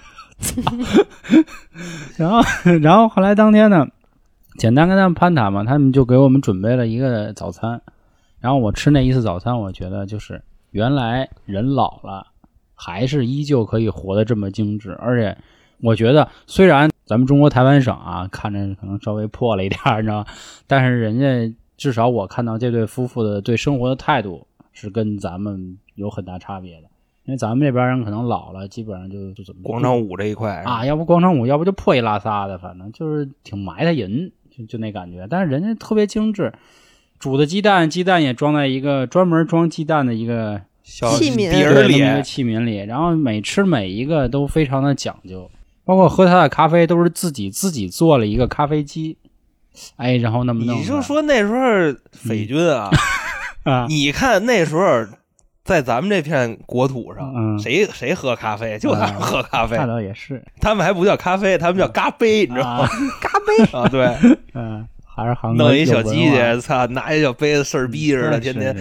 然后，然后后来当天呢，简单跟他们攀谈嘛，他们就给我们准备了一个早餐。然后我吃那一次早餐，我觉得就是原来人老了，还是依旧可以活得这么精致。而且我觉得，虽然咱们中国台湾省啊，看着可能稍微破了一点，你知道吗？但是人家至少我看到这对夫妇的对生活的态度是跟咱们有很大差别的，因为咱们这边人可能老了，基本上就就怎么广场舞这一块啊，要不广场舞，要不就破衣拉撒的，反正就是挺埋汰人，就就那感觉。但是人家特别精致，煮的鸡蛋，鸡蛋也装在一个专门装鸡蛋的一个小器皿里， 一个器皿里，然后每吃每一个都非常的讲究，包括喝他的咖啡都是自己自己做了一个咖啡机，哎，然后那么弄。 你就说那时候匪军啊。嗯啊！ 你看那时候，在咱们这片国土上， 嗯、 谁谁喝咖啡？就他们喝咖啡。 那、嗯、倒也是， 他们还不叫咖啡，他们叫咖杯，你知道吗？ 咖杯啊，对， 嗯，还是韩弄一小机器，操，拿一小杯子事儿逼似的，天天。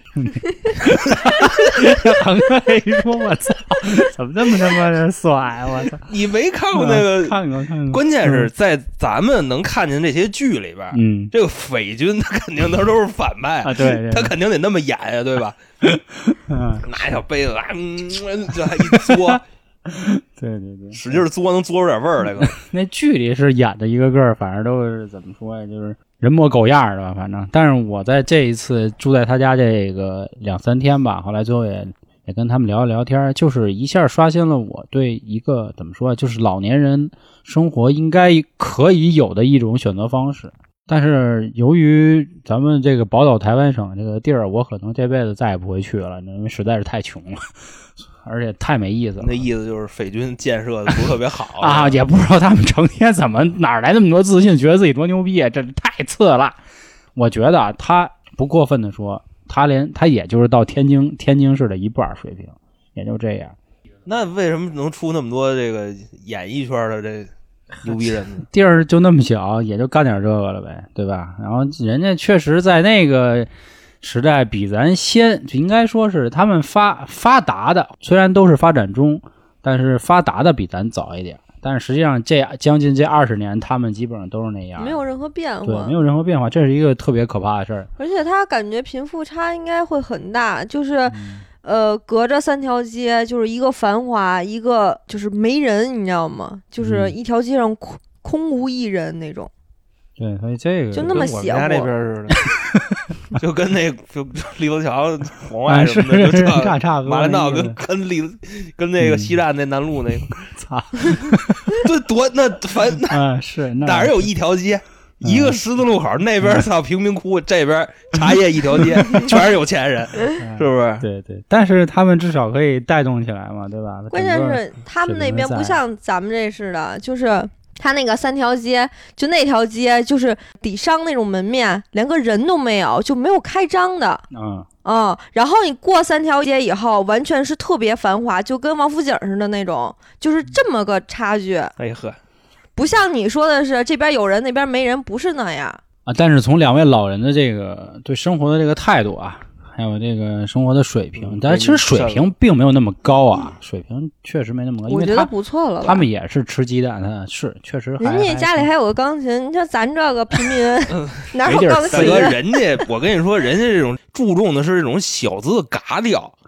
韩哥一说，我操，怎么这么他妈的帅？我操！ 你没看过那个？ 看过，看过。 关键是在咱们能看见这些剧里边， 嗯， 这个匪军他肯定他都是反派啊，对，对他肯定得那么演呀，对吧？ 嗯， 拿一小杯子，嗯，这还一嘬。 对对对， 使劲嘬能嘬出点味儿来个。 那剧里是演的一个个，反正都是怎么说呀，就是人模狗样的吧，反正。但是我在这一次住在他家这个两三天吧，后来最后也也跟他们聊一聊天，就是一下刷新了我对一个怎么说，就是老年人生活应该可以有的一种选择方式。但是由于咱们这个宝岛台湾省这个地儿，我可能这辈子再也不会去了，因为实在是太穷了。而且太没意思了， 那意思就是匪军建设的不是特别好啊，也不知道他们成天怎么哪来那么多自信，觉得自己多牛逼，这太次了。我觉得啊，他不过分的说，他连他也就是到天津天津市的一半水平，也就这样。 那为什么能出那么多这个演艺圈的这牛逼人呢？ 地儿就那么小，也就干点这个了呗，对吧？然后人家确实在那个时代比咱先，应该说是他们发发达的，虽然都是发展中，但是发达的比咱早一点。但是实际上这将近这二十年，他们基本上都是那样， 没有任何变化， 对，没有任何变化，这是一个特别可怕的事儿。 而且他感觉贫富差应该会很大，就是、 嗯、 呃，隔着三条街，就是一个繁华，一个就是没人，你知道吗？就是一条街上空、嗯、空无一人那种。 对，所以这个就那么邪乎， 我们家那边似的，就跟那就立泽桥往外什么的， 啊、 就差差马连道跟跟立跟那个西站那南路那个， 操、 嗯，对，多那反啊是哪儿有一条街？一个十字路口，那边操贫民窟，这边茶叶一条街，全是有钱人，是不是？ 对对，但是他们至少可以带动起来嘛，对吧？ 关键是他们那边不像咱们这似的，就是他那个三条街，就那条街就是底商那种门面，连个人都没有，就没有开张的。 嗯嗯，然后你过三条街以后，完全是特别繁华，就跟王府井似的那种，就是这么个差距。 哎呵。 不像你说的是这边有人那边没人，不是那样啊。但是从两位老人的这个对生活的这个态度啊，还有这个生活的水平，但是其实水平并没有那么高啊，水平确实没那么高。 我觉得不错了吧。 他们也是吃鸡蛋，他是确实还。 人家家里还有个钢琴，你像咱这个平民哪有钢琴？ 大哥，人家我跟你说，人家这种注重的是这种小资的嘎调。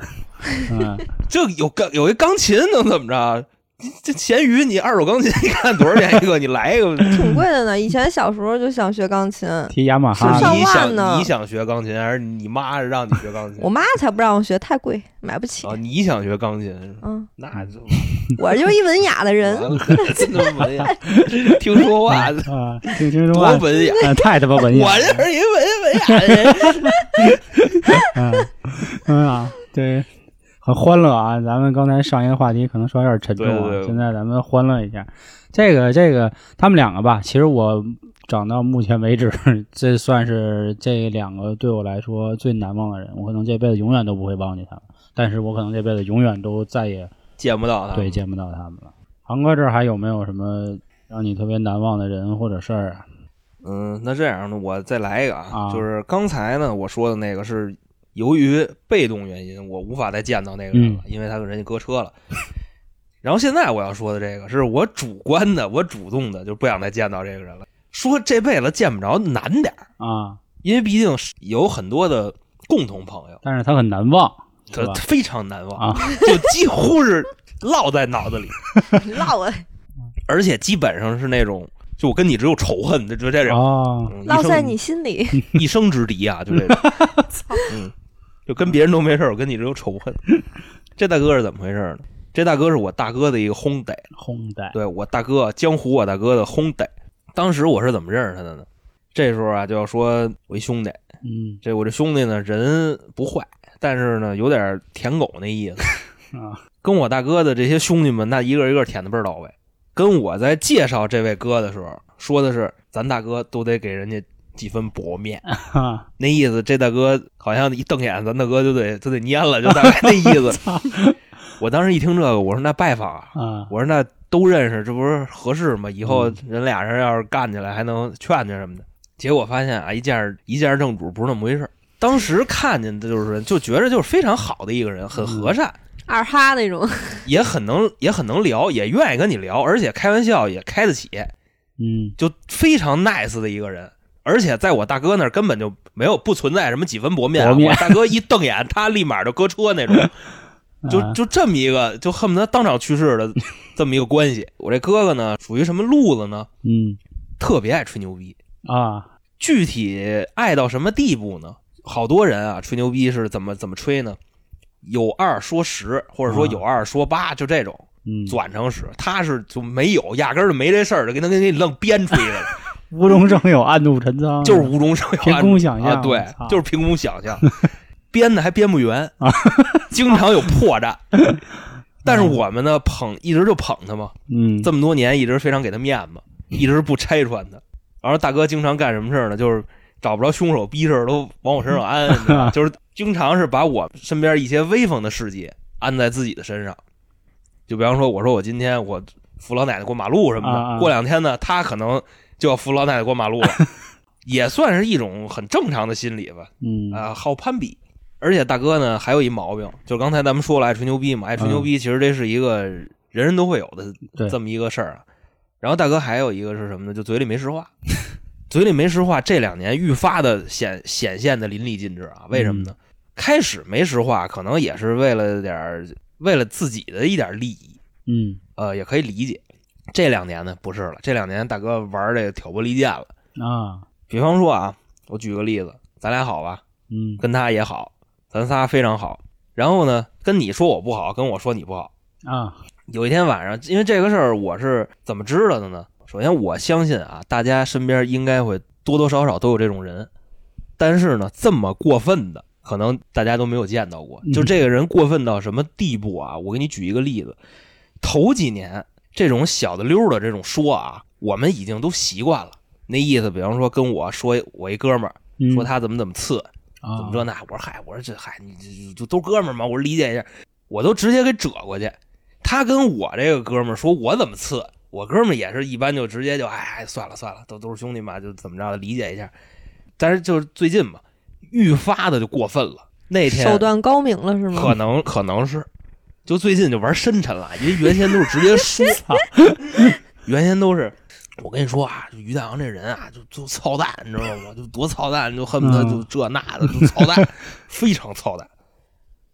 嗯， 这有钢有一钢琴能怎么着？这闲鱼你二手钢琴你看多少钱一个？你来一个挺贵的呢。以前小时候就想学钢琴， 提雅马是哈上你万呢想你想学钢琴，还是你妈让你学钢琴？ 我妈才不让我学，太贵，买不起。 啊，你想学钢琴？ 嗯， 那就我就是一文雅的人。 真的文雅，听说话啊，听听说话多文雅， 啊太他妈文雅了， 我这是一文文雅的人。 嗯嗯啊，对。很欢乐啊！咱们刚才上一个话题可能说有点沉重啊， 对对对现在咱们欢乐一下。这个这个，他们两个吧，其实我长到目前为止，这算是这两个对我来说最难忘的人。我可能这辈子永远都不会忘记他们，但是我可能这辈子永远都再也见不到他， 对见不到他们了。航哥这儿还有没有什么让你特别难忘的人或者事儿啊？ 嗯，那这样呢，我再来一个啊， 啊就是刚才呢我说的那个是由于被动原因，我无法再见到那个人了， 嗯、 因为他跟人家搁车了。然后现在我要说的这个是我主观的，我主动的，就不想再见到这个人了。说这辈子见不着难点啊， 因为毕竟有很多的共同朋友， 但是他很难忘， 他非常难忘啊， 就几乎是烙在脑子里， 烙了， 而且基本上是那种。就我跟你只有仇恨，就这种， 哦嗯、 烙在你心里， 一生之敌啊，就这种。嗯，就跟别人都没事，我跟你只有仇恨。这大哥是怎么回事呢？这大哥是我大哥的一个轰得， 轰得， 对我大哥江湖，我大哥的轰得。当时我是怎么认识他的呢？这时候啊，就要说我一兄弟， 嗯， 这我这兄弟呢人不坏，但是呢有点舔狗那意思啊。 跟我大哥的这些兄弟们，那一个一个舔的倍儿到位。跟我在介绍这位哥的时候说的是，咱大哥都得给人家几分薄面， 啊、 那意思这大哥好像一瞪眼，咱大哥就得就得蔫了，就大概那意思。我当时一听这个，我说那拜访啊， 啊我说那都认识，这不是合适吗？以后人俩人要是干起来，还能劝劝什么的。结果发现啊，一见一见正主不是那么回事。当时看见的就是就觉得就是非常好的一个人，很和善。嗯二哈那种， 也很能也很能聊，也愿意跟你聊，而且开玩笑也开得起， 嗯， 就非常 nice 的一个人。而且在我大哥那儿根本就没有不存在什么几分薄面、啊， 薄面我大哥一瞪眼，他立马就搁车那种，就就这么一个，就恨不得当场去世的这么一个关系。我这哥哥呢，属于什么路子呢？ 嗯， 特别爱吹牛逼啊， 具体爱到什么地步呢？好多人啊，吹牛逼是怎么怎么吹呢？有二说十，或者说有二说八，就这种， 嗯， 转成十。他是就没有，压根儿就没这事儿，就给他给你愣编吹的。 无中生有，暗度陈仓， 就是无中生有， 凭空想象， 啊、对，就是凭空想象，编的还编不圆，经常有破绽。但是我们呢，捧一直就捧他嘛， 嗯， 这么多年一直非常给他面子，一直不拆穿他。然后大哥经常干什么事呢？就是找不着凶手，逼事都往我身上安，嗯、就是经常是把我身边一些威风的事迹安在自己的身上。就比方说，我说我今天我扶老奶奶过马路什么的， 啊、 过两天呢，他可能就要扶老奶奶过马路了，也算是一种很正常的心理吧。 嗯啊、呃，好攀比。而且大哥呢还有一毛病，就刚才咱们说了爱吹牛逼嘛，爱吹牛逼，其实这是一个人人都会有的这么一个事儿啊。然后大哥还有一个是什么呢？就嘴里没实话。嘴里没实话，这两年愈发的显显现的淋漓尽致啊！为什么呢？嗯、开始没实话，可能也是为了点为了自己的一点利益， 嗯， 呃，也可以理解。这两年呢，不是了，这两年大哥玩这个挑拨离间了啊。 比方说啊，我举个例子，咱俩好吧， 嗯， 跟他也好，咱仨非常好。然后呢，跟你说我不好，跟我说你不好啊。 有一天晚上，因为这个事儿，我是怎么知道的呢？首先，我相信啊，大家身边应该会多多少少都有这种人，但是呢，这么过分的，可能大家都没有见到过。就这个人过分到什么地步啊？我给你举一个例子，头几年这种小的溜的这种说啊，我们已经都习惯了。那意思，比方说跟我说我一哥们儿说他怎么怎么次， 嗯、 怎么着那，我说嗨，我说这嗨，你这就都哥们儿嘛，我说理解一下，我都直接给折过去。他跟我这个哥们儿说我怎么次。我哥们也是一般就直接就哎算了算了，都都是兄弟嘛，就怎么着的理解一下。但是就是最近嘛，愈发的就过分了。那天手段高明了是吗？ 可能可能是，就最近就玩深沉了，因为原先都是直接输，原先都是我跟你说啊，于大阳这人啊，就就操蛋，你知道吗？就多操蛋，就恨不得就这那的，就操蛋，非常操蛋。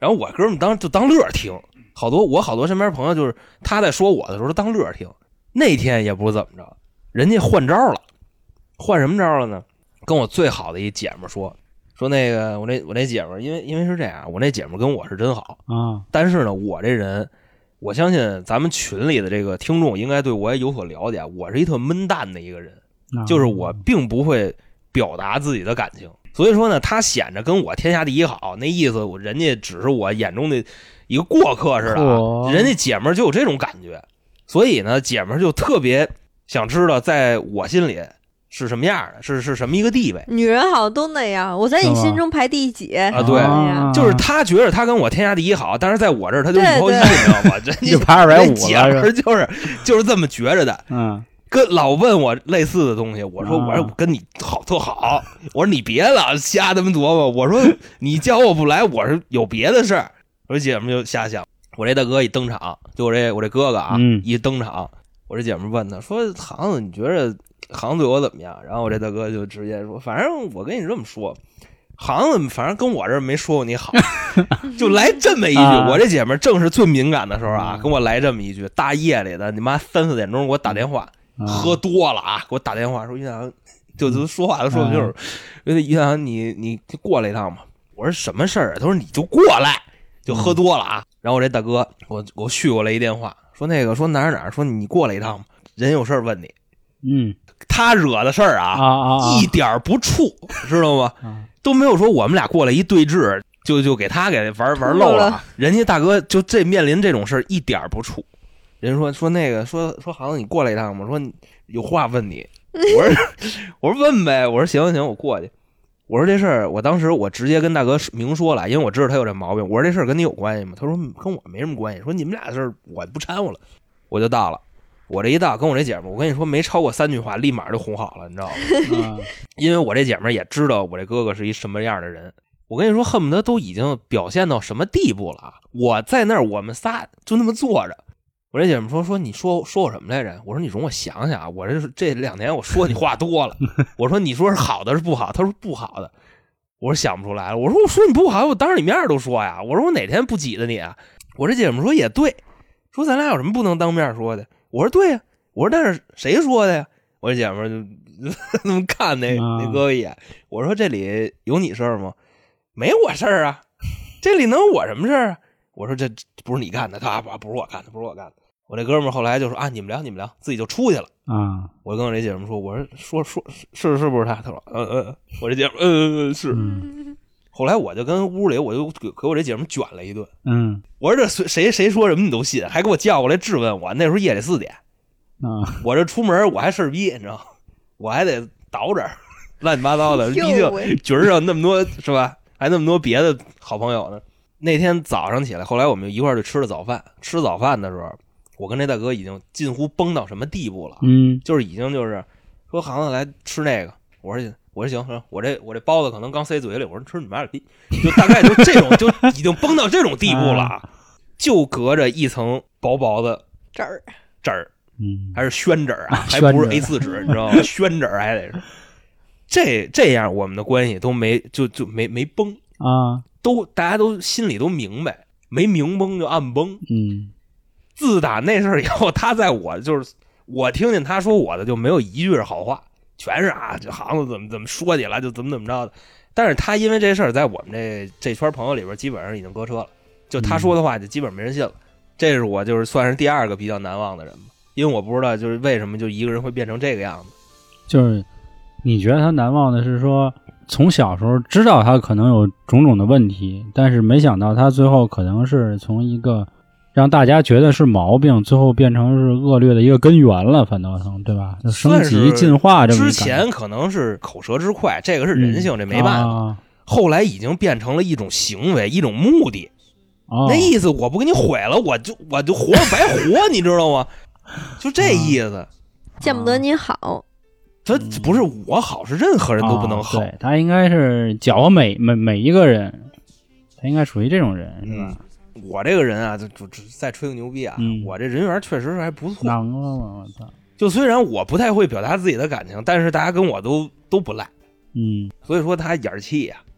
然后我哥们当就当乐听，好多我好多身边朋友就是他在说我的时候当乐听。那天也不是怎么着，人家换招了，换什么招了呢？跟我最好的一姐们说说那个我那我那姐们，因为因为是这样，我那姐们跟我是真好啊， 但是呢，我这人，我相信咱们群里的这个听众应该对我也有所了解，我是一特闷淡的一个人， 啊就是我并不会表达自己的感情。所以说呢，他显着跟我天下第一好，那意思人家只是我眼中的一个过客似的啊，人家姐们就有这种感觉。所以呢，姐们就特别想知道在我心里是什么样的，是是什么一个地位。 女人好像都那样，我在你心中排第几啊？对，就是他觉得他跟我天下第一好，但是在我这儿他就一抛一，你知道吗？ 就排二百五了， 姐们就是就是这么觉着的。 嗯， 跟老问我类似的东西，我说我说跟你好特好，我说你别老瞎他妈琢磨，我说你叫我不来，我是有别的事儿。我说姐们就瞎想。我这大哥一登场，就我这我这哥哥啊， 嗯、 一登场，我这姐们问他说：“航子，你觉得航子对我怎么样？”然后我这大哥就直接说：“反正我跟你这么说，航子反正跟我这没说过你好，就来这么一句。啊”我这姐们正是最敏感的时候啊，跟我来这么一句，大夜里的你妈三四点钟给我打电话， 啊、 喝多了啊，给我打电话说：“于洋，就就说话都说不清楚，于于洋，你你过来一趟吧。”我说：“什么事儿啊？”他说：“你就过来。”就喝多了啊，然后我这大哥，我我续过来一电话，说那个说哪儿哪儿，说你过来一趟吧，人有事问你。 嗯， 他惹的事儿啊， 啊啊一点不怵，知道吗？ 啊、 都没有说我们俩过来一对峙，就就给他给玩玩漏了。人家大哥就这面临这种事儿一点不怵。人说说那个说说好像你过来一趟吧，说有话问你。我说我说问呗，我说行行行，我过去。我说这事儿，我当时我直接跟大哥明说了，因为我知道他有这毛病。我说这事儿跟你有关系吗？他说跟我没什么关系。说你们俩的事儿我不掺和了，我就到了。我这一到，跟我这姐们儿，我跟你说没超过三句话，立马就哄好了，你知道吗？ 嗯、 因为我这姐们儿也知道我这哥哥是一什么样的人。我跟你说，恨不得都已经表现到什么地步了。我在那儿，我们仨就那么坐着。我这姐们说说你说说我什么来着？我说你容我想想啊，我这这两年我说你话多了。我说你说是好的是不好？他说不好的。我说想不出来了。我说我说你不好，我当着你面都说呀。我说我哪天不挤着你啊？我这姐们说也对，说咱俩有什么不能当面说的？我说对呀、啊。我说但是谁说的呀？我这姐们就那么看那那哥哥一眼。我说这里有你事儿吗？没我事儿啊，这里能有我什么事儿啊？我说这不是你干的，他不是我干的，不是我干的。我这哥们儿后来就说啊，你们聊你们聊，自己就出去了啊。 我跟我这姐们说，我说说说是是不是他？他说嗯嗯，我这姐们嗯嗯是。 嗯、 后来我就跟屋里我就给给我这姐们卷了一顿。 嗯， 我说这谁谁说什么你都信，还给我叫过来质问我。那时候夜里四点啊， 我这出门我还事儿逼，你知道，我还得倒着乱七八糟的，毕竟局上那么多是吧？还那么多别的好朋友呢。那天早上起来，后来我们一块儿就吃了早饭。吃早饭的时候，我跟这大哥已经近乎崩到什么地步了？ 嗯， 就是已经就是说行子来吃那个，我说我说行行，我这我这包子可能刚塞嘴里，我说吃你妈的逼，就大概就这种就已经崩到这种地步了，啊、就隔着一层薄薄的纸儿纸儿， 嗯， 还是宣纸啊，还不是 A 四 纸，你知道吗？宣纸还得是这这样，我们的关系都没就就没没崩啊。 都大家都心里都明白，没明崩就暗崩。 嗯， 自打那事儿以后，他在我就是我听见他说我的就没有一句是好话，全是啊这行子怎么怎么说你了，就怎么怎么着的。但是他因为这事儿在我们这这圈朋友里边基本上已经搁车了，就他说的话就基本没人信了。嗯、这是我就是算是第二个比较难忘的人吧，因为我不知道就是为什么就一个人会变成这个样子。 就是你觉得他难忘的是说。从小时候知道他可能有种种的问题，但是没想到他最后可能是从一个让大家觉得是毛病，最后变成是恶劣的一个根源了，反倒成对吧？就升级进化这么。 之前可能是口舌之快，这个是人性，嗯、这没办法。啊、后来已经变成了一种行为，一种目的。 哦、 那意思我不给你毁了，我就我就活白活，你知道吗？就这意思。 啊、见不得你好。 他不是我好，是任何人都不能好。 哦、对他应该是搅和每每每一个人，他应该属于这种人，是吧？ 嗯、我这个人啊，就就再吹个牛逼啊！嗯、我这人缘确实还不错。 能了吗？我操！ 就虽然我不太会表达自己的感情，但是大家跟我都都不赖。 嗯， 所以说他眼气呀、啊，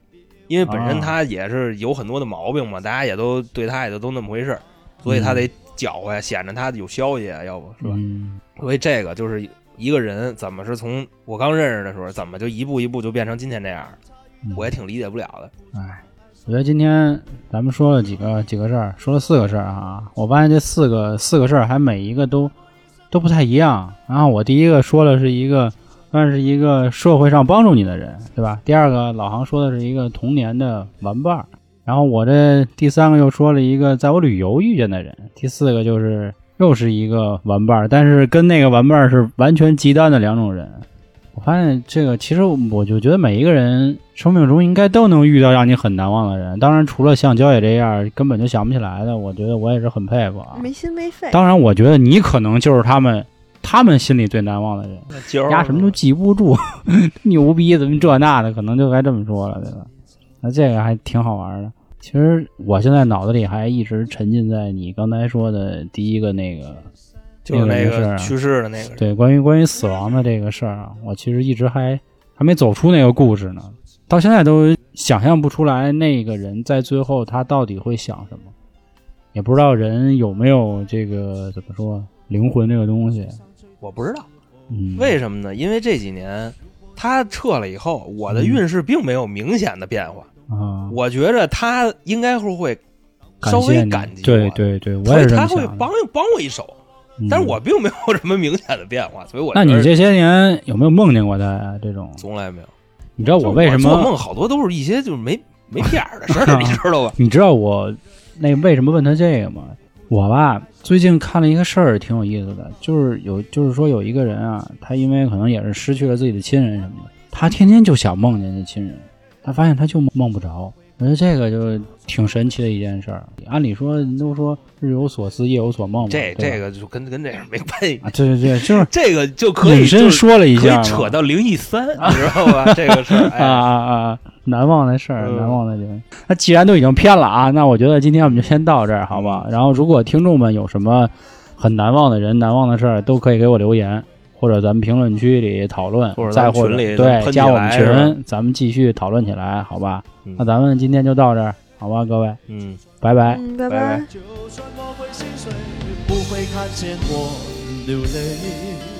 因为本身啊他也是有很多的毛病嘛，大家也都对他也就都那么回事，所以他得搅和呀，显着他有消息啊，要不是吧？ 嗯， 所以这个就是一个人怎么是从我刚认识的时候，怎么就一步一步就变成今天这样，我也挺理解不了的。 哎，我觉得今天咱们说了几个几个事儿，说了四个事儿啊，我发现这四个四个事儿还每一个都都不太一样。然后我第一个说的是一个算是一个社会上帮助你的人，对吧？第二个老航说的是一个童年的玩伴儿，然后我这第三个又说了一个在我旅游遇见的人，第四个就是又是一个玩伴儿，但是跟那个玩伴儿是完全极端的两种人。我发现这个，其实我就觉得每一个人生命中应该都能遇到让你很难忘的人。当然，除了像焦野这样根本就想不起来的，我觉得我也是很佩服啊。 没心没肺。 当然，我觉得你可能就是他们他们心里最难忘的人，丫什么都记不住，牛逼怎么这那的，可能就该这么说了，对吧？那这个还挺好玩的。其实我现在脑子里还一直沉浸在你刚才说的第一个那个。 就是那个个去世的那个， 对，关于关于死亡的这个事儿啊，我其实一直还还没走出那个故事呢，到现在都想象不出来那个人在最后他到底会想什么，也不知道人有没有这个怎么说灵魂这个东西， 我不知道， 嗯， 为什么呢？因为这几年他撤了以后，我的运势并没有明显的变化啊、 嗯，我觉着他应该是会稍微感激我， 对对对，我也是这么想的， 所以他会帮帮我一手。但是我并没有什么明显的变化，所以我那你这些年有没有梦见过他呀？这种从来没有。 你知道我为什么做梦好多都是一些就是没没屁眼的事儿，你知道吧？ 你知道我那为什么问他这个吗？我吧最近看了一个事儿，挺有意思的，就是有就是说有一个人啊，他因为可能也是失去了自己的亲人什么的，他天天就想梦见这亲人，他发现他就梦不着。我觉得这个就挺神奇的一件事儿。按理说，人都说日有所思，夜有所梦嘛。 这这个就跟跟这个没关系啊。对对对，就是这个就可以隐身说了一下， 可以扯到灵异三，你知道吧？这个事儿、哎、 啊啊啊！难忘的事儿，难忘的人。那既然都已经偏了啊，那我觉得今天我们就先到这儿，好吧？然后，如果听众们有什么很难忘的人、难忘的事儿，都可以给我留言。或者咱们评论区里讨论， 或者再或者对加我们群，咱们继续讨论起来，好吧？ 嗯、 那咱们今天就到这儿，好吧，各位， 嗯， 拜拜， 嗯，拜拜。 就算我会心碎，不会看见我流泪。